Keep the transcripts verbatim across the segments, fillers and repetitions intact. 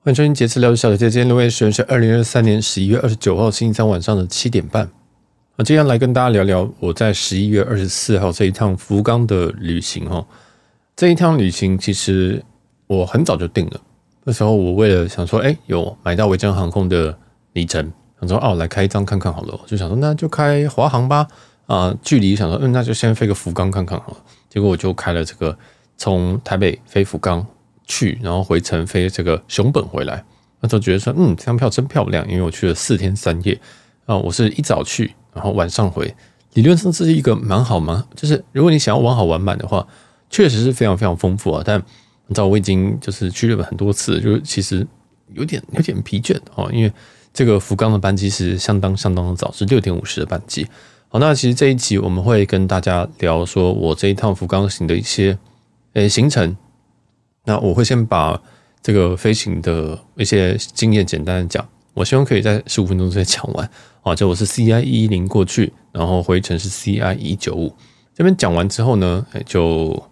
欢迎收听杰次聊小姐姐，今天录音时间是二零二三年十一月二十九号星期三晚上的七点半。那今天来跟大家聊聊我在十一月二十四号这一趟福冈的旅行哈。这一趟旅行其实我很早就定了，那时候我为了想说，哎，有买到维珍航空的里程，想说哦来开一张看看好了，我就想说那就开华航吧。啊、呃，距离想说嗯那就先飞个福冈看看好了。结果我就开了这个从台北飞福冈去，然后回程飞这个熊本回来。那时候觉得说，嗯，这张票真漂亮，因为我去了四天三夜啊，我是一早去，然后晚上回。理论上这是一个蛮好蛮，就是如果你想要玩好玩满的话，确实是非常非常丰富啊。但你知道我已经就是去日本很多次，就是其实有点有点疲倦哦，因为这个福冈的班机是相当相当的早，是六点五十的班机。好，那其实这一集我们会跟大家聊说我这一趟福冈行的一些诶行程。那我会先把这个飞行的一些经验简单的讲，我希望可以在十五分钟之内讲完。啊，就我是 C I 一十 过去，然后回程是 C I 一九五。这边讲完之后呢，就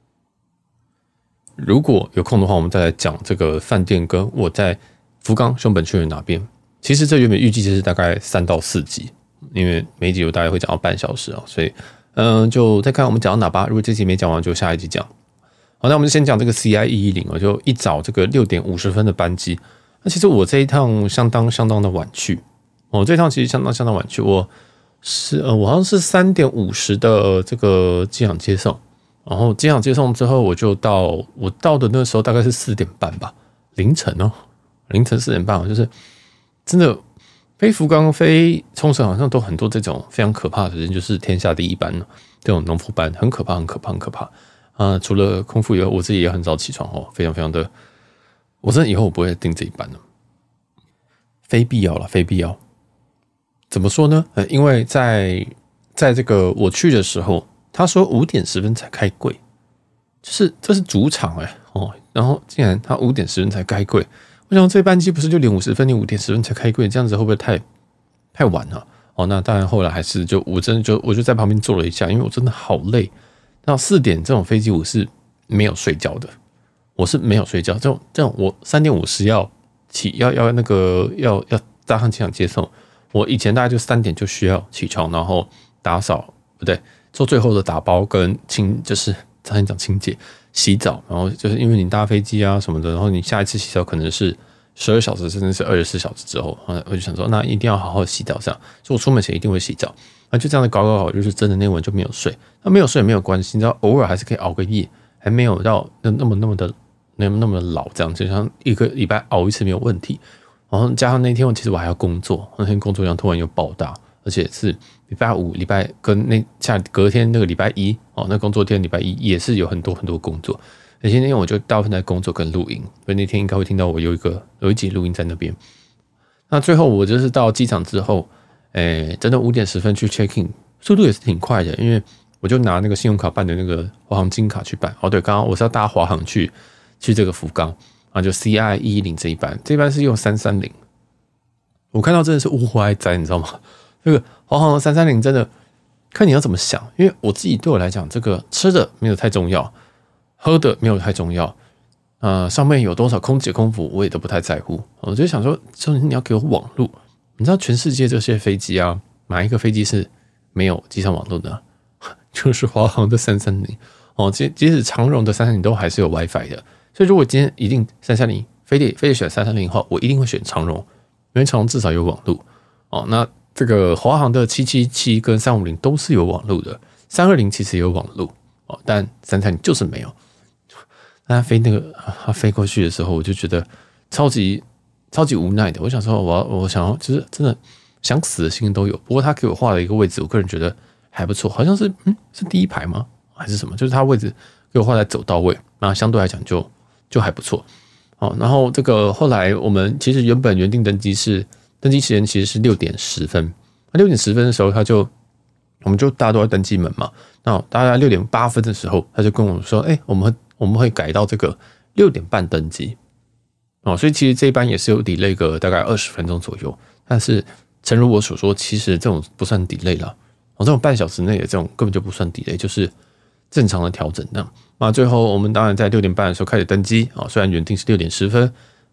如果有空的话，我们再来讲这个饭店跟我在福冈熊本去了哪边。其实这原本预计是大概三到四集，因为每一集我大概会讲到半小时啊，所以嗯、呃，就再看我们讲到哪吧。如果这集没讲完，就下一集讲。好，那我们就先讲这个 C I 一十，我就一早这个六点五十分的班机。那其实我这一趟相当相当的晚去，我、哦、这一趟其实相当相当晚去，我是呃我好像是三点五十的这个机场接送，然后机场接送之后我就到，我到的那时候大概是四点半吧，凌晨哦，凌晨四点半，就是真的飞福冈飞冲绳好像都很多这种非常可怕的人，就是天下第一班这种农夫班，很可怕很可怕很可怕。啊、呃，除了空腹以外，我自己也很早起床哦，非常非常的，我真的以后我不会订这一班了，非必要了，非必要。怎么说呢？呃，因为在在这个我去的时候，他说五点十分才开柜，就是这是主场哎、欸、哦，然后竟然他五点十分才开柜，我想这班机不是六点五十分，你五点十分才开柜，这样子会不会太太晚了？哦，那当然后来还是就我真的就我就在旁边坐了一下，因为我真的好累。到四点这种飞机我是没有睡觉的，我是没有睡觉。这种这种我三点五十要起要要那个要要搭上机场接送，我以前大概就三点就需要起床，然后打扫不对，做最后的打包跟清，就是差点讲清洁洗澡，然后就是因为你搭飞机啊什么的，然后你下一次洗澡可能是十二小时甚至是二十四小时之后，我就想说那一定要好好洗澡，这样，所以我出门前一定会洗澡。那就这样的搞搞搞，就是真的那晚就没有睡。那没有睡也没有关系，你知道，偶尔还是可以熬个夜，还没有到那么那么的那么那么老，这样就像一个礼拜熬一次没有问题。然后加上那天我其实我还要工作，那天工作量突然又爆大，而且是礼拜五、礼拜跟那下隔天那个礼拜一哦，那工作天礼拜一也是有很多很多工作。而且那天我就大部分在工作跟录音，所以那天应该会听到我有一个有一集录音在那边。那最后我就是到机场之后。诶，真的五点十分去 check in， 速度也是挺快的，因为我就拿那个信用卡办的那个华航金卡去办。哦，对，刚刚我是要搭华航去去这个福冈啊，就 C I 一十 这一班，这一班是用三三零。我看到真的是乌花哉，你知道吗？这个华航的三三零真的看你要怎么想，因为我自己对我来讲，这个吃的没有太重要，喝的没有太重要，呃，上面有多少空姐空服我也都不太在乎。我就想说，就是你要给我网路。你知道全世界这些飞机啊，哪一个飞机是没有机上网络的？就是华航的三三零哦，即即使长荣的三三零都还是有 WiFi 的。所以如果今天一定三三零非得非得选三三零的话，我一定会选长荣，因为长荣至少有网络哦。那这个华航的七七七跟三五零都是有网络的，三二零其实也有网络哦，但三三零就是没有。那他飞那个他飞过去的时候，我就觉得超级。超级无奈的，我想说，我要我想要，就是真的想死的心都有。不过他给我画了一个位置，我个人觉得还不错，好像是嗯是第一排吗？还是什么？就是他位置给我画在走到位，那相对来讲就就还不错。好，然后这个后来我们其实原本原定登机是登机时间其实是六点十分，那六点十分的时候他就我们就大家都在登机门嘛，那大概六点八分的时候他就跟我说，哎、欸，我们会我们会改到这个六点半登机。哦，所以其实这一班也是有 delay 个大概二十分钟左右，但是诚如我所说，其实这种不算 delay 啦，哦，这种半小时内的这种根本就不算 delay， 就是正常的调整那。那最后我们当然在六点半的时候开始登机啊，虽然原定是六点十分，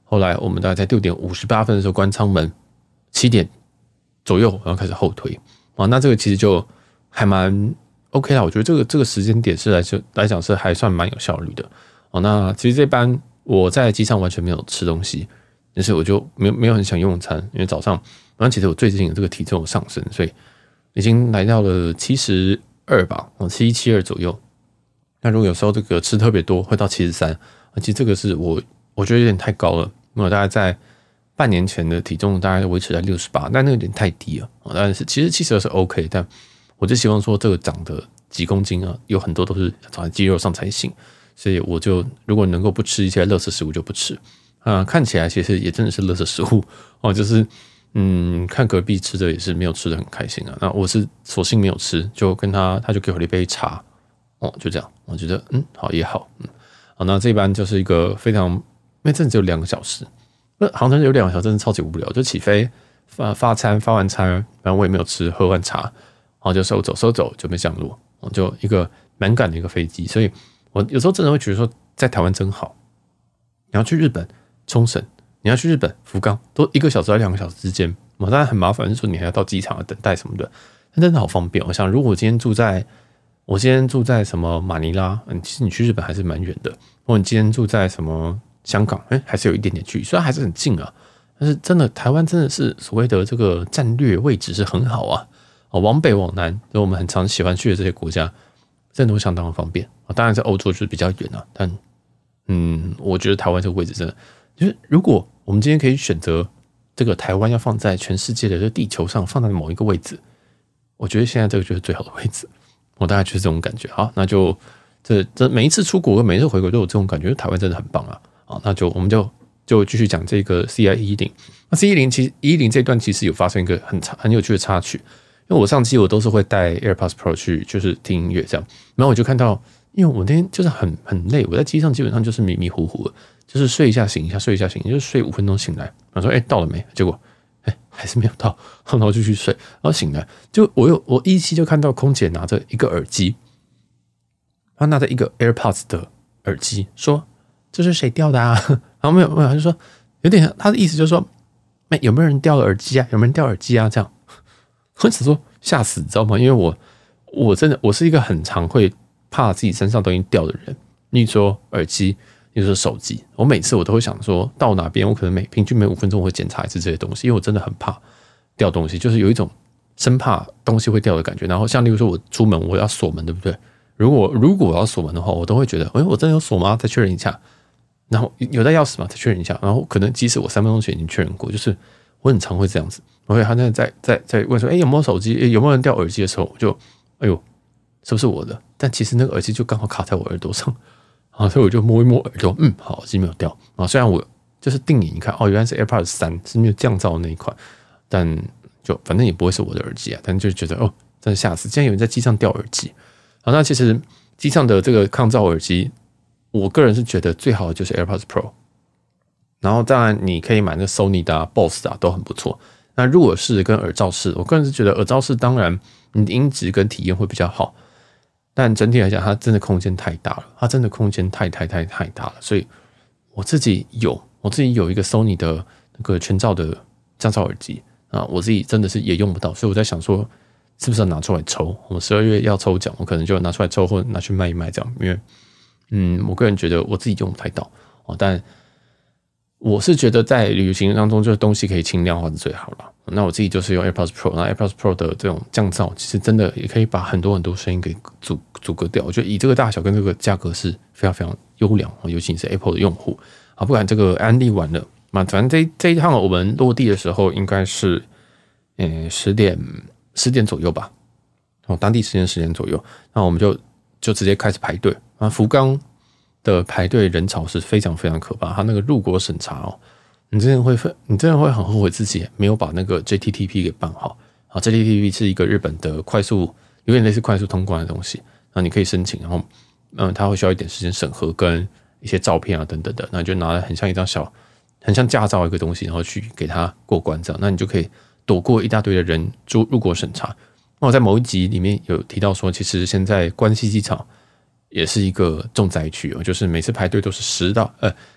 后来我们大概在六点五十八分的时候关舱门，七点左右然后开始后推啊，那这个其实就还蛮 OK 啦，我觉得这个这个时间点是来来讲是还算蛮有效率的哦。那其实这班我在机上完全没有吃东西，但是我就没有没有很想用餐，因为早上，然后其实我最近有这个体重有上升，所以已经来到了七十二吧，哦七一七二左右。那如果有时候这个吃特别多，会到七十三，其实这个是我我觉得有点太高了。我大概在半年前的体重大概维持在六十八，但那有点太低了。但是其实七十二是 OK， 但我就希望说这个长的几公斤啊，有很多都是长在肌肉上才行。所以我就如果能够不吃一些垃圾食物就不吃啊。看起来其实也真的是垃圾食物哦，就是嗯，看隔壁吃的也是没有吃的很开心啊。那我是索性没有吃，就跟他他就给我了一杯茶哦，就这样，我觉得嗯好也好，嗯好，那这一班就是一个非常，因为真的只有两个小时。那航程有两个小时，真的超级无聊。就起飞发发餐，发完餐，反正我也没有吃，喝完茶，然后就收走，收走就没降落，就一个蛮赶的一个飞机。所以我有时候真的会觉得说，在台湾真好。你要去日本冲绳，你要去日本福冈，都一个小时到两个小时之间，当然很麻烦，就是说你还要到机场等待什么的，但真的好方便。我想，如果我今天住在我今天住在什么马尼拉，嗯，其实你去日本还是蛮远的。或者你今天住在什么香港，哎、欸，还是有一点点距离，虽然还是很近啊，但是真的台湾真的是所谓的这个战略位置是很好啊。哦，往北往南，就我们很常喜欢去的这些国家，真的都相当的方便。当然在欧洲就是比较远啊，但嗯，我觉得台湾这个位置真的，就是如果我们今天可以选择这个台湾要放在全世界的这地球上放在某一个位置，我觉得现在这个就是最好的位置。我大概就是这种感觉。好，那就这这每一次出国跟每一次回国都有这种感觉，台湾真的很棒啊！好，那就我们就就继续讲这个 C I 一零。那 C 一零其实一零这段其实有发生一个很很有趣的插曲，因为我上机我都是会带 AirPods Pro 去就是听音乐这样，然后我就看到，因为我那天就是很很累，我在机上基本上就是迷迷糊糊的，就是睡一下醒一下，睡一下醒，就是睡五分钟醒来，我说哎、欸、到了没？结果哎、欸、还是没有到，然后继续睡，然后醒来就我有我依稀就看到空姐拿着一个耳机，她拿着一个 AirPods 的耳机，说这是谁掉的啊？然后没有没有，他就说有点他的意思就是说，哎、欸、有没有人掉了耳机啊？有没有人掉耳机啊？这样，我只说吓死，你知道吗？因为我我真的我是一个很常会怕自己身上东西掉的人，例如说耳机，例如说手机，我每次我都会想说到哪边，我可能每平均每五分钟我会检查一次这些东西，因为我真的很怕掉东西，就是有一种生怕东西会掉的感觉。然后像例如说我出门我要锁门，对不对？如果如果我要锁门的话，我都会觉得，哎、欸，我真的有锁吗？再确认一下。然后有带钥匙吗？再确认一下。然后可能即使我三分钟前已经确认过，就是我很常会这样子。OK，他在在在在问说，哎、欸，有没有手机、欸？有没有人掉耳机的时候，我就，哎呦，是不是我的？但其实那个耳机就刚好卡在我耳朵上，啊，所以我就摸一摸耳朵，嗯，好，耳机没有掉啊。虽然我就是定眼一看，哦，原来是 AirPods 三，是没有降噪的那一款，但就反正也不会是我的耳机啊。但就觉得哦，真的吓死！竟然有人在机上掉耳机。好，那其实机上的这个抗噪耳机，我个人是觉得最好的就是 AirPods Pro。然后当然你可以买那 Sony 的、啊、B O S S 的、啊、都很不错。那入耳式跟耳罩式，我个人是觉得耳罩式当然你的音质跟体验会比较好，但整体来讲它真的空间太大了，它真的空间太太太太大了。所以我自己有我自己有一个 Sony 的那个全罩的降噪耳机啊，我自己真的是也用不到，所以我在想说是不是要拿出来抽？我十二月要抽奖，我可能就拿出来抽或者拿去卖一卖这样，因为嗯，我个人觉得我自己用不太到哦，但我是觉得在旅行当中，就是东西可以轻量化是最好了。那我自己就是用 AirPods Pro， 那 AirPods Pro 的这种降噪，其实真的也可以把很多很多声音给阻阻隔掉。我觉得以这个大小跟这个价格是非常非常优良，尤其是 Apple 的用户啊，不管这个安利完了，那反正这这一趟我们落地的时候应该是呃十点十点左右吧，哦，当地时间十点左右，那我们就就直接开始排队啊，福冈的排队人潮是非常非常可怕，他那个入国审查哦，你真的会你真的会很后悔自己没有把那个 J T T P 给办好啊。J T T P 是一个日本的快速，有点类似快速通关的东西，那你可以申请，然后嗯，它会需要一点时间审核跟一些照片啊等等的，那你就拿了很像一张小，很像驾照一个东西，然后去给它过关这样，那你就可以躲过一大堆的人入入国审查。那我在某一集里面有提到说，其实现在关西机场也是一个重灾区哦，就是每次排队都是十到呃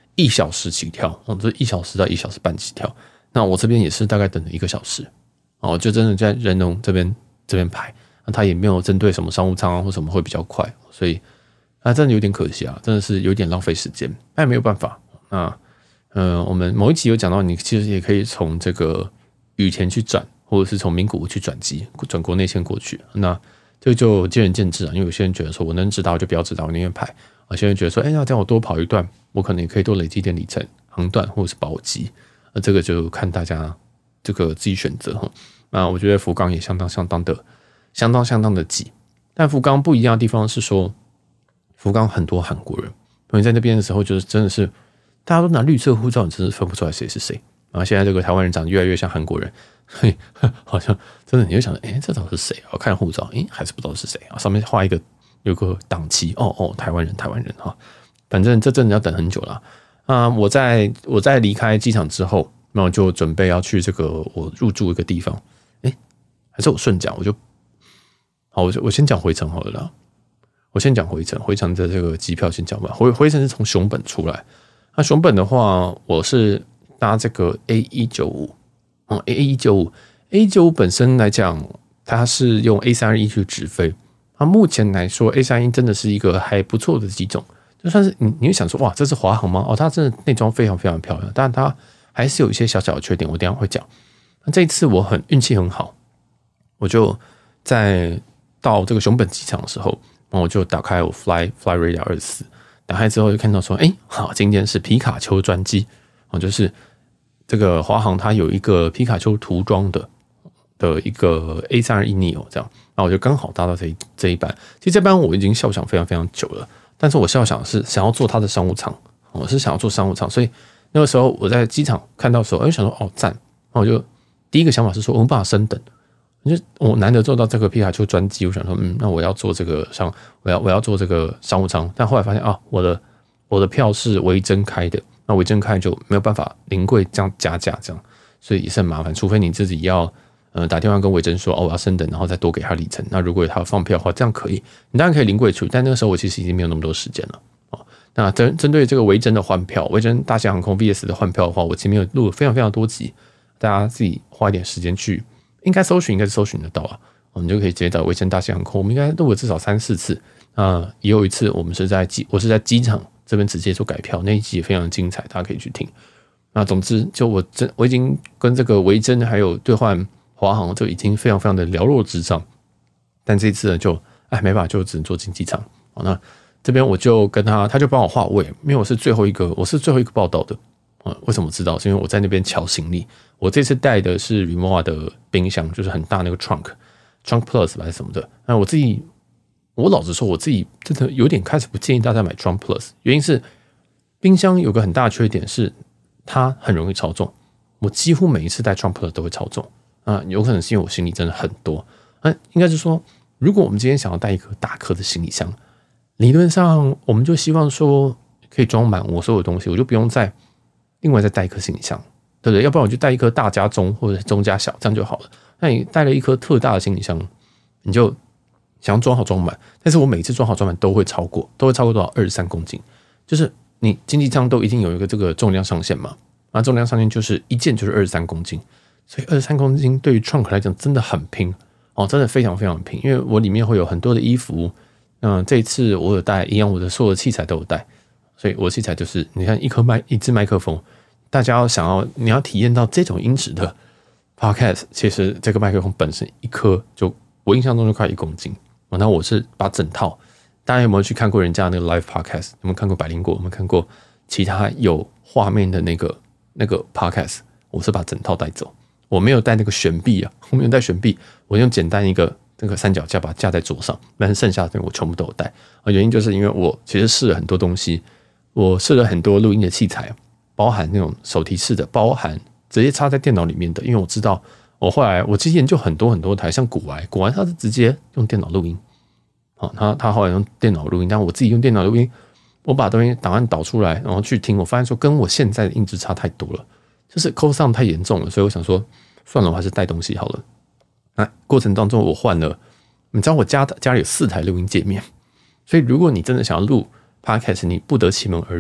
一小时起跳，哦，这一小时到一小时半起跳。那我这边也是大概等了一个小时，哦，就真的在仁农这边这边排，那他也没有针对什么商务舱啊或什么会比较快，所以啊，真的有点可惜啊，真的是有点浪费时间，但也没有办法。那呃，我们某一集有讲到，你其实也可以从这个羽田去转，或者是从名古屋去转机，转国内线过去。那这个就见仁见智啊，因为有些人觉得说我能直达我就不要直达，我宁愿排；有些人觉得说，哎，那这样我多跑一段，我可能也可以多累积一点里程、航段或者是包机。那这个就看大家这个自己选择哈。那我觉得福冈也相当相当的、相当相当的挤，但福冈不一样的地方是说，福冈很多韩国人，因为在那边的时候，就是真的是大家都拿绿色护照，你真是分不出来谁是谁。然后现在这个台湾人长得越来越像韩国人，嘿，好像真的你就想着，哎、欸，这到底是谁？我看护照，哎、欸，还是不知道是谁啊？上面画一个有个党旗，哦哦，台湾人，台湾人哈。反正这真的要等很久了啊、呃！我在我在离开机场之后，那我就准备要去这个我入住一个地方，哎、欸，还是我顺讲，我就好，我我先讲回程好了啦。我先讲回程，回程的这个机票先讲吧。回回程是从熊本出来，那熊本的话，我是搭这个 A 一九五，嗯 ，A 一九五 A 一九五本身来讲，它是用 A 三二一去直飞。那目前来说 ，A 三一真的是一个还不错的机种，就算是你你会想说，哇，这是华航吗？哦，它真的内装非常非常漂亮，但它还是有一些小小的缺点，我等一下会讲。那这一次我很运气很好，我就在到这个熊本机场的时候。然后我就打开我 Fly Fly Radar 二十四，打开之后就看到说，哎，好，今天是皮卡丘专机，哦，就是这个华航它有一个皮卡丘涂装的的一个 A 三二一 neo 这样，那我就刚好搭到这一这一班。其实这班我已经笑想非常非常久了，但是我笑想是想要坐它的商务舱，我是想要坐商务舱，所以那个时候我在机场看到的时候，哎，想说哦赞，那我就第一个想法是说，我们把它升等。就我难得坐到这个皮卡丘专机，我想说，嗯，那我要坐这个商，我要我要坐这个商务舱。但后来发现啊，我的我的票是微珍开的，那微珍开就没有办法临柜这样加价这样，所以也是很麻烦。除非你自己要呃打电话跟微珍说，哦，我要升等，然后再多给他里程。那如果他放票的话，这样可以，你当然可以临柜处理。但那个时候我其实已经没有那么多时间了哦。那针针对这个微珍的换票，微珍大西洋航空 V S 的换票的话，我前面有录了非常非常多集，大家自己花一点时间去。应该搜寻，应该是搜寻得到啊。我们就可以直接找维珍大西洋空。我们应该录了至少三四次。啊，也有一次我们是在机，我是在机场这边直接做改票，那一集也非常精彩，大家可以去听。那总之，就我真我已经跟这个维珍还有兑换华航就已经非常非常的了若指掌。但这一次呢，就哎没办法，就只能坐进机场。好，那这边我就跟他，他就帮我划位，因为我是最后一个，我是最后一个报到的。啊，为什么知道？是因为我在那边瞧行李。我这次带的是 Rimowa 的冰箱，就是很大那个 trunk trunk plus 还是什么的。那我自己，我老实说，我自己真的有点开始不建议大家买 trunk plus， 原因是冰箱有个很大的缺点是它很容易超重。我几乎每一次带 trunk plus 都会超重啊，有可能是因为我行李真的很多。啊，应该是说，如果我们今天想要带一个大颗的行李箱，理论上我们就希望说可以装满我所有东西，我就不用再另外再带一颗行李箱，对不对？要不然我就带一颗大加中或者中加小，这样就好了。那你带了一颗特大的行李箱，你就想要装好装满，但是我每次装好装满都会超过，都会超过多少？二十三公斤。就是你经济舱都一定有一个这个重量上限嘛，啊，重量上限就是一件就是二十三公斤，所以二十三公斤对于 trunk 来讲真的很拼哦，真的非常非常拼。因为我里面会有很多的衣服，嗯，这一次我有带一样，我的所有的器材都有带。所以我的器材就是你看一颗麦一支麦克风，大家要想要你要体验到这种音质的 podcast， 其实这个麦克风本身一颗就我印象中就快一公斤。那我是把整套，大家有没有去看过人家那个 live podcast？ 有没有看过百灵果？有没有看过其他有画面的那个那个 podcast？ 我是把整套带走，我没有带那个悬臂啊，我没有带悬臂，我用简单一个这个三脚架把它架在桌上，但是剩下的我全部都有带。原因就是因为我其实试了很多东西。我试了很多录音的器材，包含那种手提式的，包含直接插在电脑里面的。因为我知道，我后来我其实研究很多很多台，像古玩，古玩它是直接用电脑录音，好，他他后来用电脑录音，但我自己用电脑录音，我把东西档案导出来，然后去听，我发现说跟我现在的音质差太多了，就是抠上太严重了，所以我想说，算了，我还是带东西好了。那过程当中我换了，你知道我家的家里有四台录音界面，所以如果你真的想要录Podcast 你不得其门而入，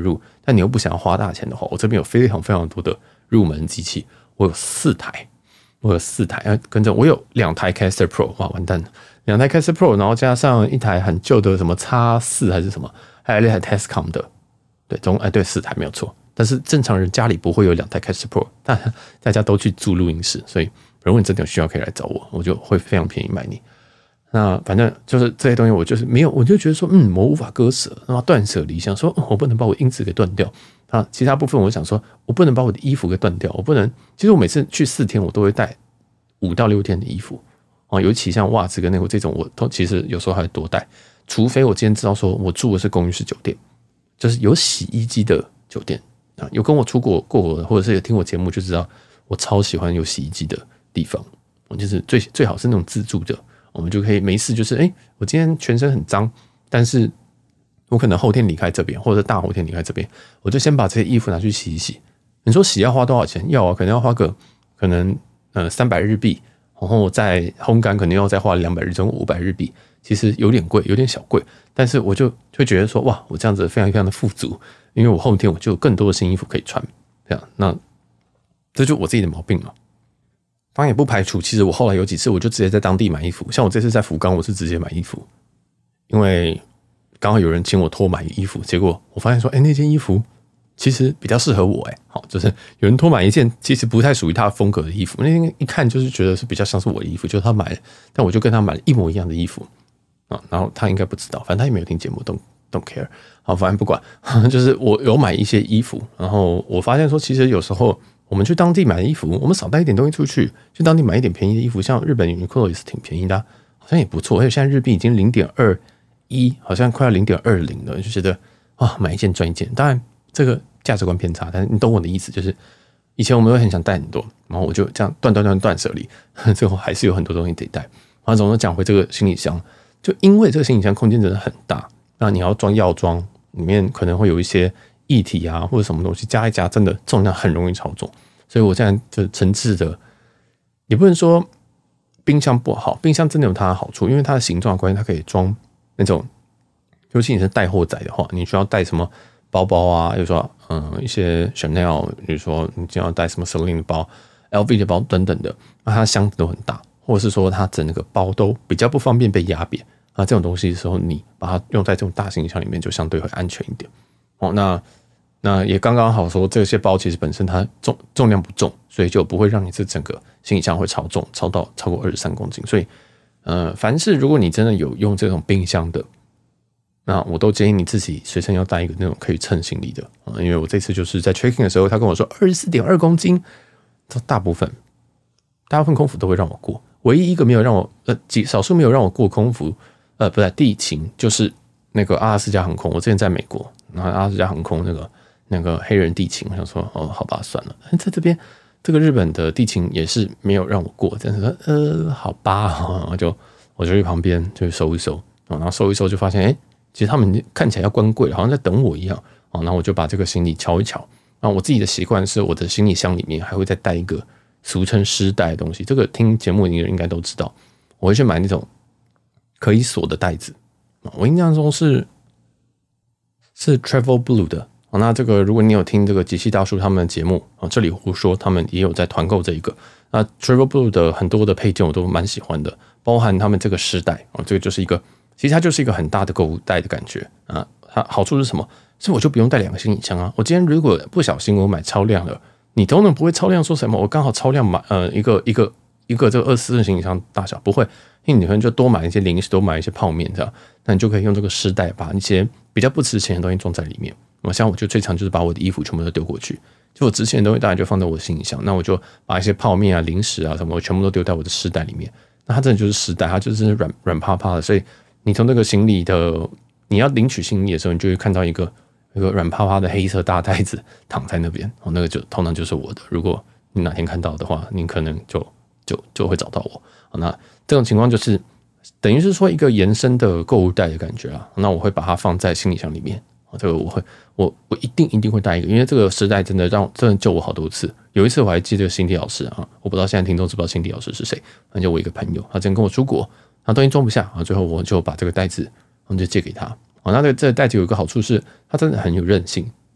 但你又不想要花大钱的话，我这边有非常非常多的入门机器，我有四台，我有四台，跟着我有两台 Caster Pro， 哇，完蛋了，两台 Caster Pro， 然后加上一台很旧的什么 X 四 还是什么，还有一台 Tascam 的，对，总哎对，四台没有错。但是正常人家里不会有两台 Caster Pro， 但大家都去租录音室，所以如果你真的有需要可以来找我，我就会非常便宜卖你。那反正就是这些东西，我就是没有，我就觉得说，嗯，我无法割舍，然后断舍离，想说、嗯、我不能把我音质给断掉啊。其他部分我想说，我不能把我的衣服给断掉，我不能。其实我每次去四天，我都会带五到六天的衣服啊，尤其像袜子跟内裤这种，我都其实有时候还会多带，除非我今天知道说我住的是公寓式酒店，就是有洗衣机的酒店啊，有跟我出国过或者是有听我节目就知道，我超喜欢有洗衣机的地方，我就是最最好是那种自助的。我们就可以没事，就是哎、欸，我今天全身很脏，但是我可能后天离开这边，或者大后天离开这边，我就先把这些衣服拿去洗一洗。你说洗要花多少钱？要啊，可能要花个可能呃三百日币，然后再烘干，可能要再花两百日，总共五百日币。其实有点贵，有点小贵，但是我就就觉得说，哇，我这样子非常非常的富足，因为我后天我就有更多的新衣服可以穿。这样，那这就是我自己的毛病嘛。当然也不排除，其实我后来有几次我就直接在当地买衣服，像我这次在福冈，我是直接买衣服，因为刚好有人请我托买衣服，结果我发现说，哎、欸，那件衣服其实比较适合我、欸，哎，好，就是有人托买一件其实不太属于他的风格的衣服，那天一看就是觉得是比较像是我的衣服，就是他买了，但我就跟他买了一模一样的衣服啊，然后他应该不知道，反正他也没有听节目， don't don't care， 好，反正不管，就是我有买一些衣服，然后我发现说，其实有时候。我们去当地买衣服，我们少带一点东西出去，去当地买一点便宜的衣服，像日本 Uniqlo 也是挺便宜的、啊，好像也不错。而且现在日币已经 零点二一， 好像快要 零点二零 了，就觉得啊，买一件赚一件。当然这个价值观偏差，但是你懂我的意思，就是以前我们会很想带很多，然后我就这样断断断断舍离，最后还是有很多东西得带。然后总之讲回这个行李箱，就因为这个行李箱空间真的很大，那你要装药装，里面可能会有一些。液体啊，或者什么东西加一加，真的重量很容易超重，所以我现在就诚挚的，也不能说冰箱不好，冰箱真的有它的好处，因为它的形状的关系，它可以装那种，尤其你是带货仔的话，你需要带什么包包啊，比如说嗯一些 Chanel， 比如说你就要带什么 Celine 的包、L V 的包等等的，那它箱子都很大，或者是说它整个包都比较不方便被压扁啊，这种东西的时候，你把它用在这种大行李箱里面，就相对会安全一点。哦，那。那也刚刚好说，这些包其实本身它重重量不重，所以就不会让你这整个行李箱会超重，超到超过二十三公斤。所以，呃，凡是如果你真的有用这种冰箱的，那我都建议你自己随身要带一个那种可以称行李的啊，因为我这次就是在 checking 的时候，他跟我说二十四点二公斤，大部分大部分空服都会让我过，唯一一个没有让我呃几少数没有让我过空服，呃，不是地勤，就是那个阿拉斯加航空。我之前在美国，然后阿拉斯加航空那个。那个黑人地勤，我想说，哦，好吧，算了。在这边，这个日本的地勤也是没有让我过，但是说，呃，好吧，我就我就去旁边就收一收，然后收一收就发现，哎，其实他们看起来要关柜了，好像在等我一样。然后我就把这个行李敲一敲。然后我自己的习惯是，我的行李箱里面还会再带一个俗称湿袋的东西。这个听节目的人应该都知道，我会去买那种可以锁的袋子。我印象中是是 Travel Blue 的。哦、那这个如果你有听这个极气大叔他们的节目、哦、这里胡说他们也有在团购这一个，那 Travel Blue 的很多的配件我都蛮喜欢的，包含他们这个湿袋、哦、这个就是一个其实它就是一个很大的购物袋的感觉啊。它好处是什么？是我就不用带两个行李箱啊。我今天如果不小心我买超量了，你都能不会超量说什么我刚好超量买呃一个一个一个这个二十四寸行李箱大小，不会，因为你可能就多买一些零食，多买一些泡面这样，那你就可以用这个湿袋把一些比较不值钱的东西装在里面。我像我就最常就是把我的衣服全部都丢过去，就我值钱的东西当然就放在我的行李箱，那我就把一些泡面啊、零食啊什么，我全部都丢在我的湿袋里面。那它真的就是湿袋，它就是软软趴趴的，所以你从那个行李的，你要领取行李的时候，你就会看到一个一个软趴趴的黑色大袋子躺在那边，哦，那个就通常就是我的。如果你哪天看到的话，你可能就就就会找到我。那这种情况就是等于是说一个延伸的购物袋的感觉啊。那我会把它放在行李箱里面。这个我会，我我一定一定会带一个，因为这个时代真的让真的救我好多次。有一次我还记得辛迪老师啊，我不知道现在听众知不知道辛迪老师是谁？那就我一个朋友，他之前跟我出国，他东西装不下啊，最后我就把这个袋子，我就借给他。哦，那这个这个袋子有一个好处是，它真的很有韧性。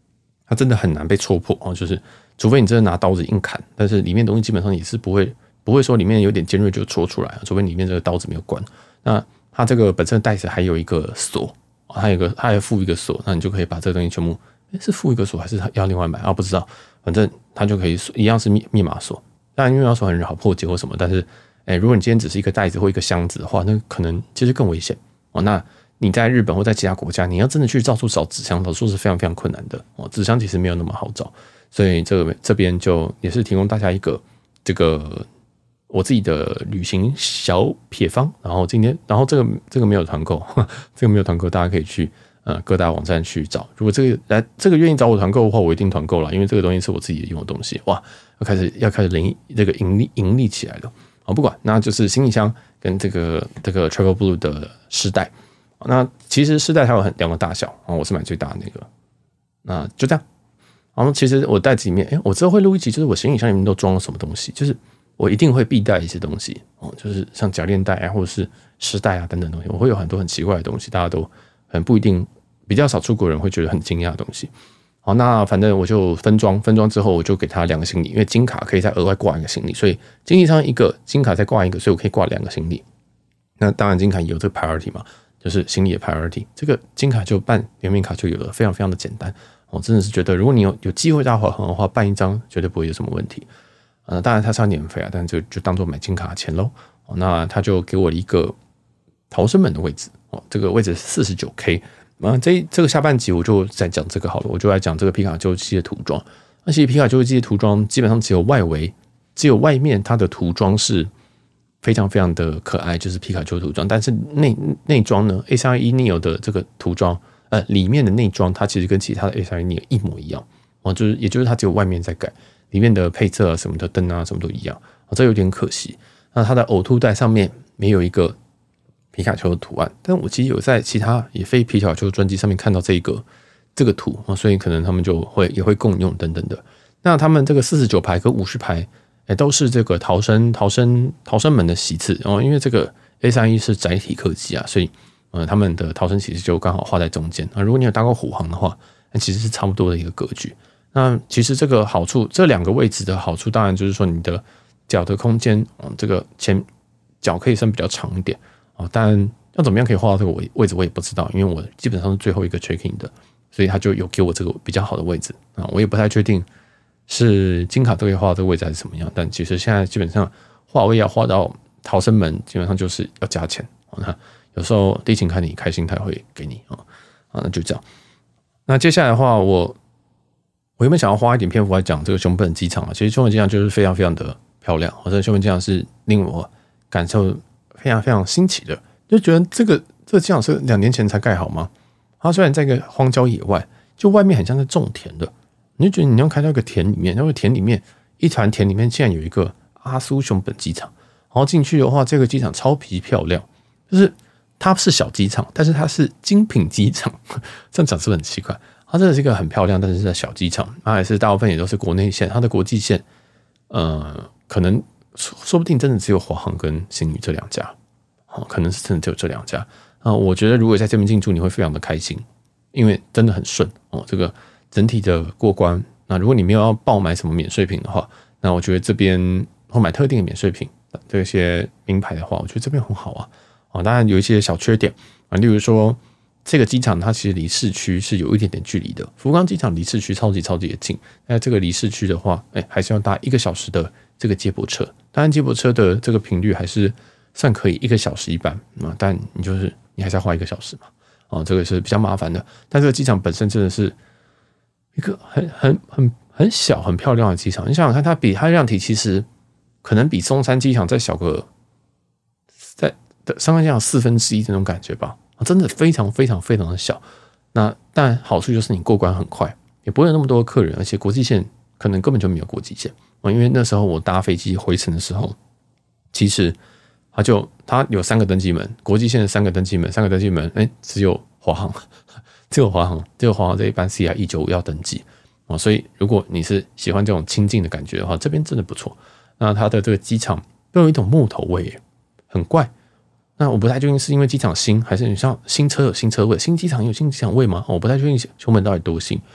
它真的很难被戳破哦，就是除非你真的拿刀子硬砍，但是里面东西基本上也是不会不会说里面有点尖锐就戳出来，除非里面这个刀子没有关。那它这个本身的袋子还有一个锁，还有一个它还附一个锁，那你就可以把这个东西全部，是附一个锁还是要另外买啊？不知道，反正它就可以一样是密密码锁。当然密码锁很好破解或什么，但是哎，如果你今天只是一个袋子或一个箱子的话，那可能其实更危险哦。那你在日本或在其他国家，你要真的去到处找纸箱，找出是非常非常困难的哦。纸箱其实没有那么好找，所以这个这边就也是提供大家一个这个我自己的旅行小撇方。然后今天，然后这个这个没有团购，这个没有团购，大家可以去呃各大网站去找。如果这个来这个愿意找我团购的话，我一定团购了，因为这个东西是我自己用的东西。哇，要开始要开始盈这个盈利盈利起来了。好，不管，那就是行李箱跟这个这个 Travel Blue 的湿袋。那其实湿袋它有很两个大小，我是买最大的那个。那就这样。然后其实我袋子里面，哎，我之后会录一集，就是我行李箱里面都装了什么东西，就是我一定会必带一些东西哦，就是像夹链袋啊，或者是湿袋啊等等东西，我会有很多很奇怪的东西，大家都很不一定，比较少出国人会觉得很惊讶的东西。好，那反正我就分装，分装之后我就给他两个行李，因为金卡可以再额外挂一个行李，所以经济舱一个，金卡再挂一个，所以我可以挂两个行李。那当然金卡也有这个 priority 嘛，就是行李的 priority， 这个金卡就办联名卡就有了，非常非常的简单。我真的是觉得，如果你有有机会到华航的话，办一张绝对不会有什么问题。呃，当然它是要年费啊，但就就当做买金卡的钱喽。那他就给我了一个逃生门的位置，哦，这个位置是 四十九K。那这这个下半集我就再讲这个好了，我就来讲这个皮卡丘机的涂装。那其实皮卡丘机的涂装基本上只有外围，只有外面它的涂装是非常非常的可爱，就是皮卡丘涂装。但是内内装呢 ，A 三十一 Neo 的这个涂装，呃，里面的内装它其实跟其他的 A 三十一 Neo 一模一样，哦，就是也就是它只有外面在改，里面的配色啊什么的灯啊什么都一样，哦，这有点可惜。那它的呕吐袋上面没有一个皮卡丘的图案，但我其实有在其他也非皮卡丘专辑上面看到这个这个图，所以可能他们就会也会共用等等的。那他们这个四十九排跟五十排，欸，都是这个逃生逃生逃生门的席次哦，因为这个 A 三十一 是载体客机啊，所以呃他们的逃生席次就刚好画在中间。那如果你有搭过虎航的话，那其实是差不多的一个格局。那其实这个好处，这两个位置的好处，当然就是说你的脚的空间，哦，这个前脚可以伸比较长一点哦。当然要怎么样可以画到这个位置，我也不知道，因为我基本上是最后一个 check in 的，所以他就有给我这个比较好的位置啊。我也不太确定是金卡都可以画到这个位置还是什么样，但其实现在基本上画位要画到逃生门，基本上就是要加钱。那有时候地勤看你开心，他会给你啊。那就这样。那接下来的话，我。我原本想要花一点篇幅来讲这个熊本机场啊，其实熊本机场就是非常非常的漂亮，这个熊本机场是令我感受非常非常新奇的，就觉得这个这个机场是两年前才盖好吗？它虽然在一个荒郊野外，就外面很像是种田的，你就觉得你要开到一个田里面，那个田里面一团田里面竟然有一个阿苏熊本机场，然后进去的话，这个机场超级漂亮，就是它是小机场，但是它是精品机场，这样讲是不是很奇怪？它真的是一个很漂亮，但是是在小机场，它还是大部分也都是国内线，它的国际线，呃，可能说不定真的只有华航跟星宇这两家，哦，可能是真的只有这两家啊。我觉得如果在这边进驻，你会非常的开心，因为真的很顺哦。这个整体的过关，那如果你没有要爆买什么免税品的话，那我觉得这边或买特定的免税品，这些名牌的话，我觉得这边很好啊。哦，当然有一些小缺点啊，例如说。这个机场它其实离市区是有一点点距离的，福冈机场离市区超级超级的近。那这个离市区的话，哎，还是要搭一个小时的这个接驳车。当然，接驳车的这个频率还是算可以，一个小时一班啊，但你就是你还是要花一个小时嘛，哦，这个是比较麻烦的。但这个机场本身真的是一个很很很很小很漂亮的机场。你想想看，它比它量体其实可能比松山机场再小个，在松山机场四分之一的那种感觉吧。真的非常非常非常的小，那但好处就是你过关很快，也不会有那么多的客人，而且国际线可能根本就没有国际线，因为那时候我搭飞机回程的时候，其实它就它有三个登机门，国际线的三个登机门，三个登机门，哎，只有华航，只有华航，只有华航这一班 C I 一九五要登机啊，所以如果你是喜欢这种亲近的感觉的话，这边真的不错。那它的这个机场都有一种木头味，很怪。那我不太确定是因为机场新，还是你像新车有新车位，新机场有新机场位吗？我不太确定熊本到底多新。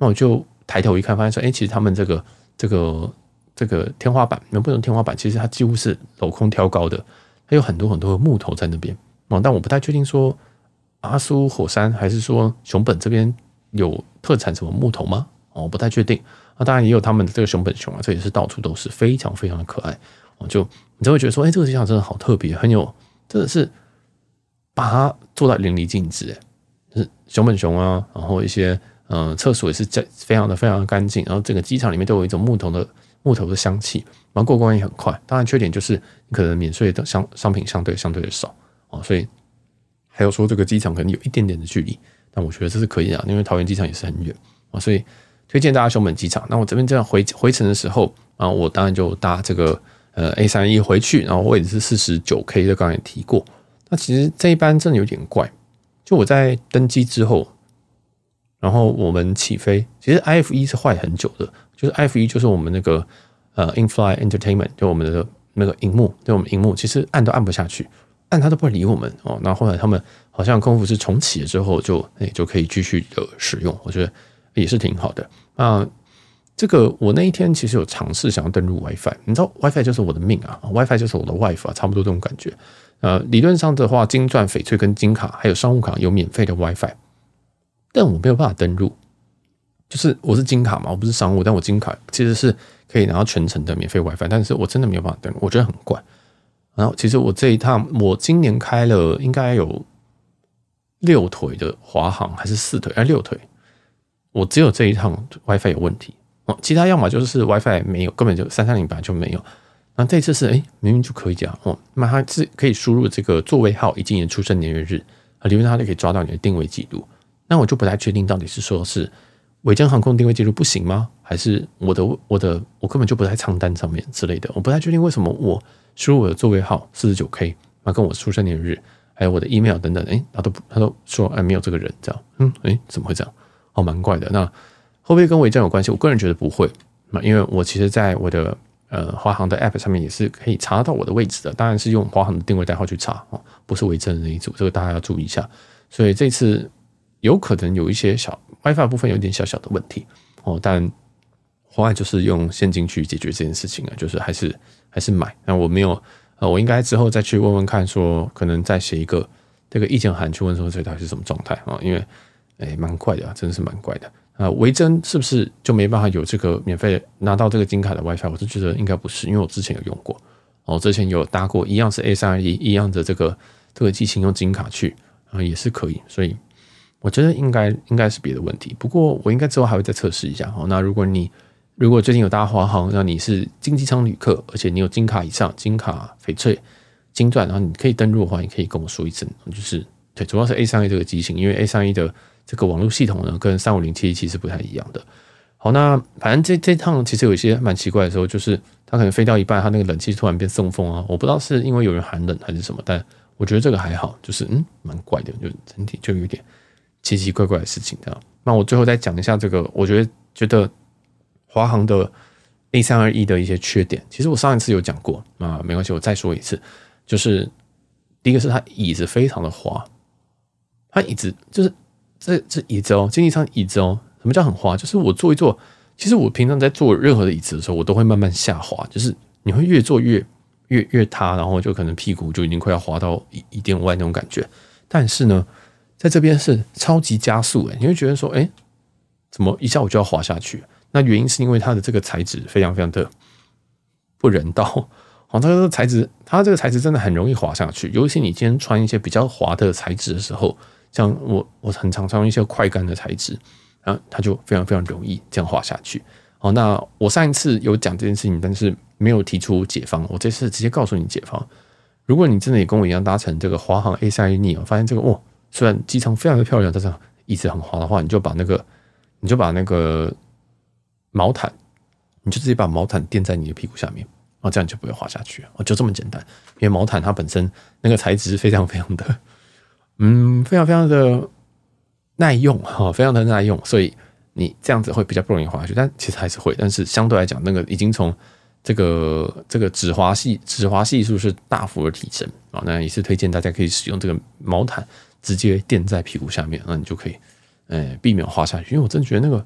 那我就抬头一看，发现说，哎，其实他们这个这个这个天花板，能不能天花板，其实它几乎是镂空挑高的，它有很多很多的木头在那边哦。但我不太确定说阿苏火山还是说熊本这边有特产什么木头吗？哦，我不太确定。那当然也有他们的这个熊本熊啊，这也是到处都是非常非常的可爱哦。就你就会觉得说，哎，这个机场真的好特别，很有，真的是把它做到淋漓尽致，哎，就是熊本熊啊，然后一些嗯厕所也是非常的非常的干净，然后整个机场里面都有一种木头的木头的香气，然后过关也很快。当然缺点就是你可能免税的商商品相对相对的少哦，所以还有说这个机场可能有一点点的距离，但我觉得这是可以的，因为桃园机场也是很远啊，所以推荐大家熊本机场。那我这边这样回回程的时候啊，我当然就搭这个呃 A 三十一 回去，然后位置是 四十九K 的，刚才也提过。那其实这一班真的有点怪，就我在登机之后，然后我们起飞，其实 I F 一 是坏很久的，就是 I F 一 就是我们那个呃 In-Flight Entertainment， 就我们的那个荧幕，就我们荧幕其实按都按不下去，按它都不会理我们哦。那后来他们好像空服是重启了之后就，就就可以继续的使用，我觉得也是挺好的。那这个我那一天其实有尝试想要登录 WiFi， 你知道 WiFi 就是我的命啊 ，WiFi 就是我的 wife 啊，差不多这种感觉。呃，理论上的话，金钻、翡翠跟金卡还有商务卡有免费的 WiFi， 但我没有办法登录。就是我是金卡嘛，我不是商务，但我金卡其实是可以拿到全程的免费 WiFi， 但是我真的没有办法登录，我觉得很怪。然后其实我这一趟，我今年开了应该有六腿的华航，还是四腿？哎，六腿。我只有这一趟 WiFi 有问题哦，其他要么就是 WiFi 没有，根本就三三零本来就没有。那这次是哎，明明就可以讲哦，那它是可以输入这个座位号以及你的出生年月日啊，里面它就可以抓到你的定位记录。那我就不太确定到底是说是维珍航空定位记录不行吗？还是我的我的我根本就不在舱单上面之类的？我不太确定为什么我输入我的座位号 四十九K， 那跟我出生年月日还有我的 email 等等，哎，他都他都说哎没有这个人这样，嗯，哎，怎么会这样？哦，蛮怪的。那会不会跟维珍有关系？我个人觉得不会，因为我其实在我的呃华航的 App 上面也是可以查到我的位置的，当然是用华航的定位代号去查哦，不是维珍的那一组，这个大家要注意一下。所以这次有可能有一些小 WiFi 部分有点小小的问题哦，但后来就是用现金去解决这件事情啊，就是还是还是买。那我没有呃，我应该之后再去问问看，说可能再写一个这个意见函去问说这到底是什么状态啊？因为哎，蛮怪的啊，真的是蛮怪的。啊，维珍是不是就没办法有这个免费拿到这个金卡的 WiFi？ 我是觉得应该不是，因为我之前有用过，哦，之前有搭过一样是 A 三十一 一样的这个这个机型用金卡去啊，也是可以，所以我觉得应该应该是别的问题。不过我应该之后还会再测试一下哦。那如果你如果最近有搭华航，那你是经济舱旅客，而且你有金卡以上，金卡、翡翠、金钻，然后你可以登录的话，你可以跟我说一声，就是对，主要是 A 三十一 这个机型，因为 A 三十一 的这个网络系统呢，跟三五零七一七是不太一样的。好，那反正这这趟其实有一些蛮奇怪的时候，就是它可能飞到一半，它那个冷气突然变送风啊，我不知道是因为有人寒冷还是什么，但我觉得这个还好，就是嗯蛮怪的，就整体就有点奇奇怪怪的事情这样。那我最后再讲一下这个，我觉得觉得华航的 A 三十一 的一些缺点，其实我上一次有讲过，那没关系，我再说一次，就是第一个是它椅子非常的滑，它椅子就是这这椅子哦，经济舱椅子哦，什么叫很滑？就是我坐一坐，其实我平常在坐任何的椅子的时候，我都会慢慢下滑，就是你会越坐越越越塌，然后就可能屁股就已经快要滑到一一点外那种感觉。但是呢，在这边是超级加速诶，你会觉得说，哎，怎么一下我就要滑下去？那原因是因为它的这个材质非常非常的不人道。哦，它这个材质，它这个材质真的很容易滑下去，尤其你今天穿一些比较滑的材质的时候，像我我很常穿一些快干的材质，然后它就非常非常容易这样滑下去。哦，那我上一次有讲这件事情，但是没有提出解方，我这次直接告诉你解方。如果你真的也跟我一样搭乘这个华航 A 三十一 发现这个哦，虽然机舱非常的漂亮，但是椅子很滑的话，你就把那个你就把那个毛毯，你就直接把毛毯垫在你的屁股下面。哦，这样就不会滑下去哦，就这么简单。因为毛毯它本身那个材质非常非常的，嗯，非常非常的耐用哈，非常的耐用，所以你这样子会比较不容易滑下去。但其实还是会，但是相对来讲，那个已经从这个这个止滑系止滑系数是大幅的提升啊。那也是推荐大家可以使用这个毛毯直接垫在屁股下面，那你就可以呃避免滑下去。因为我真的觉得那个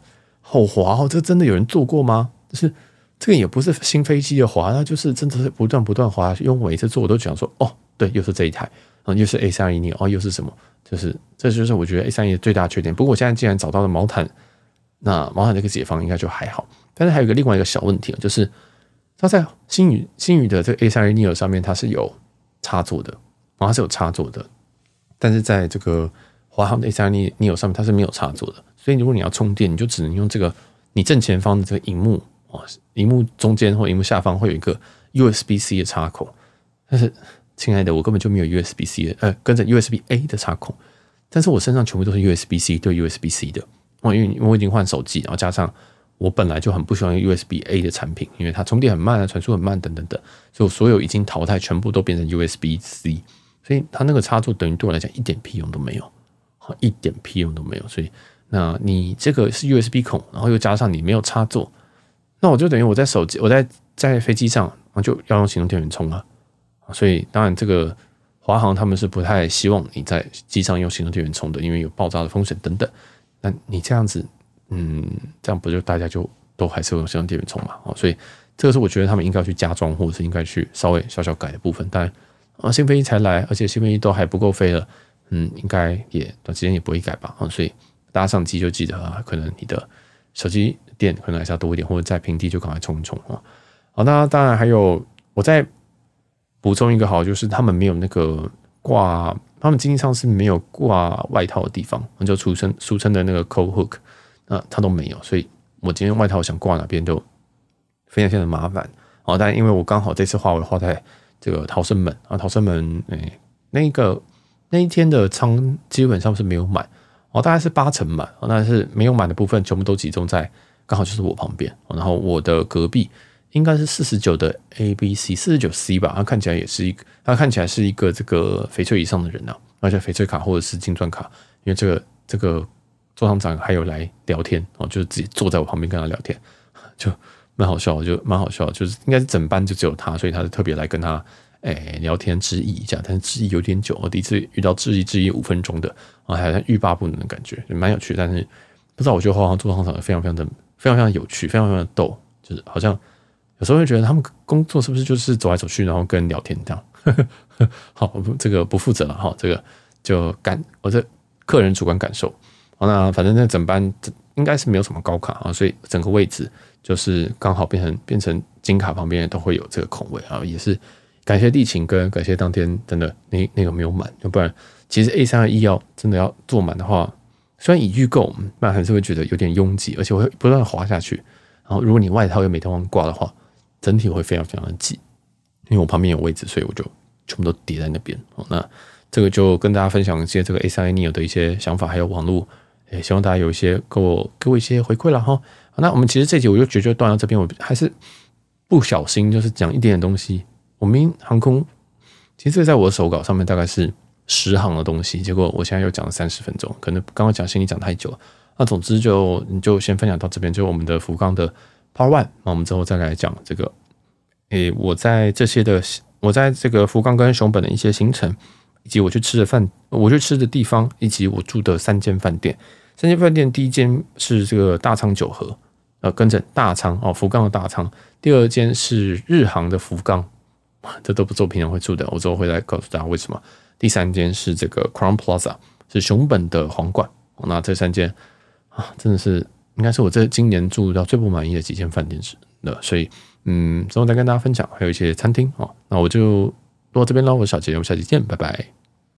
好滑哦，这真的有人做过吗？就是这个也不是新飞机的滑，它就是真的是不断不断滑下去。因为我每一次做我都想说，哦，对，又是这一台，然后又是 A 三二一 neo， 哦，又是什么？就是这就是我觉得 A 三二一 的最大缺点。不过我现在既然找到了毛毯，那毛毯这个解放应该就还好。但是还有一个另外一个小问题，就是它在星宇星宇的这个 A 三二一 neo 上面它是有插座的，它是有插座的，但是在这个华航的 A 三二一 neo 上面它是没有插座的。所以如果你要充电，你就只能用这个你正前方的这个萤幕，萤幕中间或萤幕下方会有一个 U S B C 的插口。但是亲爱的，我根本就没有 U S B C 的，呃，跟着 U S B A 的插孔，但是我身上全部都是 U S B C 对 U S B C 的。因为因为我已经换手机，然后加上我本来就很不喜欢 U S B A 的产品，因为它充电很慢啊，传输很慢等等等，所以我所有已经淘汰全部都变成 U S B C， 所以它那个插座等于对我来讲一点屁用都没有，一点屁用都没有。所以那你这个是 U S B 孔，然后又加上你没有插座，那我就等于我在手机我在在飞机上就要用行动电源充啊。所以当然这个华航他们是不太希望你在机上用行动电源充的，因为有爆炸的风险等等。那你这样子，嗯，这样不就大家就都还是用行动电源充嘛？所以这个是我觉得他们应该去加装，或者是应该去稍微小小改的部分。当然，啊，新飞机才来，而且新飞机都还不够飞了，嗯，应该也短时间也不会改吧？所以大家上机就记得啊，可能你的手机电可能还是要多一点，或者在平地就赶快充一充啊。好，那当然还有我在。补充一个好，就是他们没有那个挂，他们经济舱是没有挂外套的地方，就俗称俗称的那个 coat hook， 那它都没有，所以我今天外套想挂哪边都非常非常的麻烦。哦，但因为我刚好这次画我画在这个逃生门啊，逃生门，欸、那个那一天的舱基本上是没有满，哦，大概是八成满，哦，但是没有满的部分全部都集中在刚好就是我旁边，然后我的隔壁。应该是四十九的 A B C 四十九 C 吧，他看起来也是一个，他看起来是一个这个翡翠以上的人啊，而且翡翠卡或者是金钻卡，因为这个这个座舱长还有来聊天哦，就是自己坐在我旁边跟他聊天，就蛮好笑的，就蛮好笑的，就是应该是整班就只有他，所以他是特别来跟他诶、欸、聊天致意一下，但是致意有点久，我第一次遇到致意致意五分钟的啊，好像欲罢不能的感觉，蛮有趣，但是不知道我觉得华航座舱长非常非常的非常非常有趣，非常非常的逗，就是好像。有时候会觉得他们工作是不是就是走来走去，然后跟人聊天这样？好，这个不负责了哈，这个就感我这客人主观感受。好，那反正那整班应该是没有什么高卡啊，所以整个位置就是刚好变成变成金卡旁边都会有这个空位啊，也是感谢地勤跟感谢当天真的那那个没有满，要不然其实 A 三二一要真的要坐满的话，虽然已预购，但还是会觉得有点拥挤，而且会不断滑下去。然后如果你外套又没地方挂的话，整体会非常非常的挤，因为我旁边有位置，所以我就全部都叠在那边。那这个就跟大家分享一些这个 A 三二一 neo 的一些想法，还有网络，也希望大家有一些给我给我一些回馈啦哈。那我们其实这集我就觉得断到这边，我还是不小心就是讲一点点东西。我们航空其实这个在我的手稿上面大概是十行的东西，结果我现在又讲了三十分钟，可能刚刚讲行李讲太久了。那总之就你就先分享到这边，就我们的福冈的。Part One， 那我们之后再来讲这个，诶，我在这些的，我在这个福冈跟熊本的一些行程，以及我去吃的饭，我去吃的地方，以及我住的三间饭店。三间饭店，第一间是这个大仓九和，呃，跟着大仓哦，福冈的大仓。第二间是日航的福冈，这都不是我平常会住的，我之后会来告诉大家为什么。第三间是这个 Crown Plaza， 是熊本的皇冠。那这三间啊，真的是。应该是我这今年住到最不满意的几间饭店了，所以嗯，之后再跟大家分享，还有一些餐厅哦。那我就到这边喽，我是小杰，我们下期见，拜拜。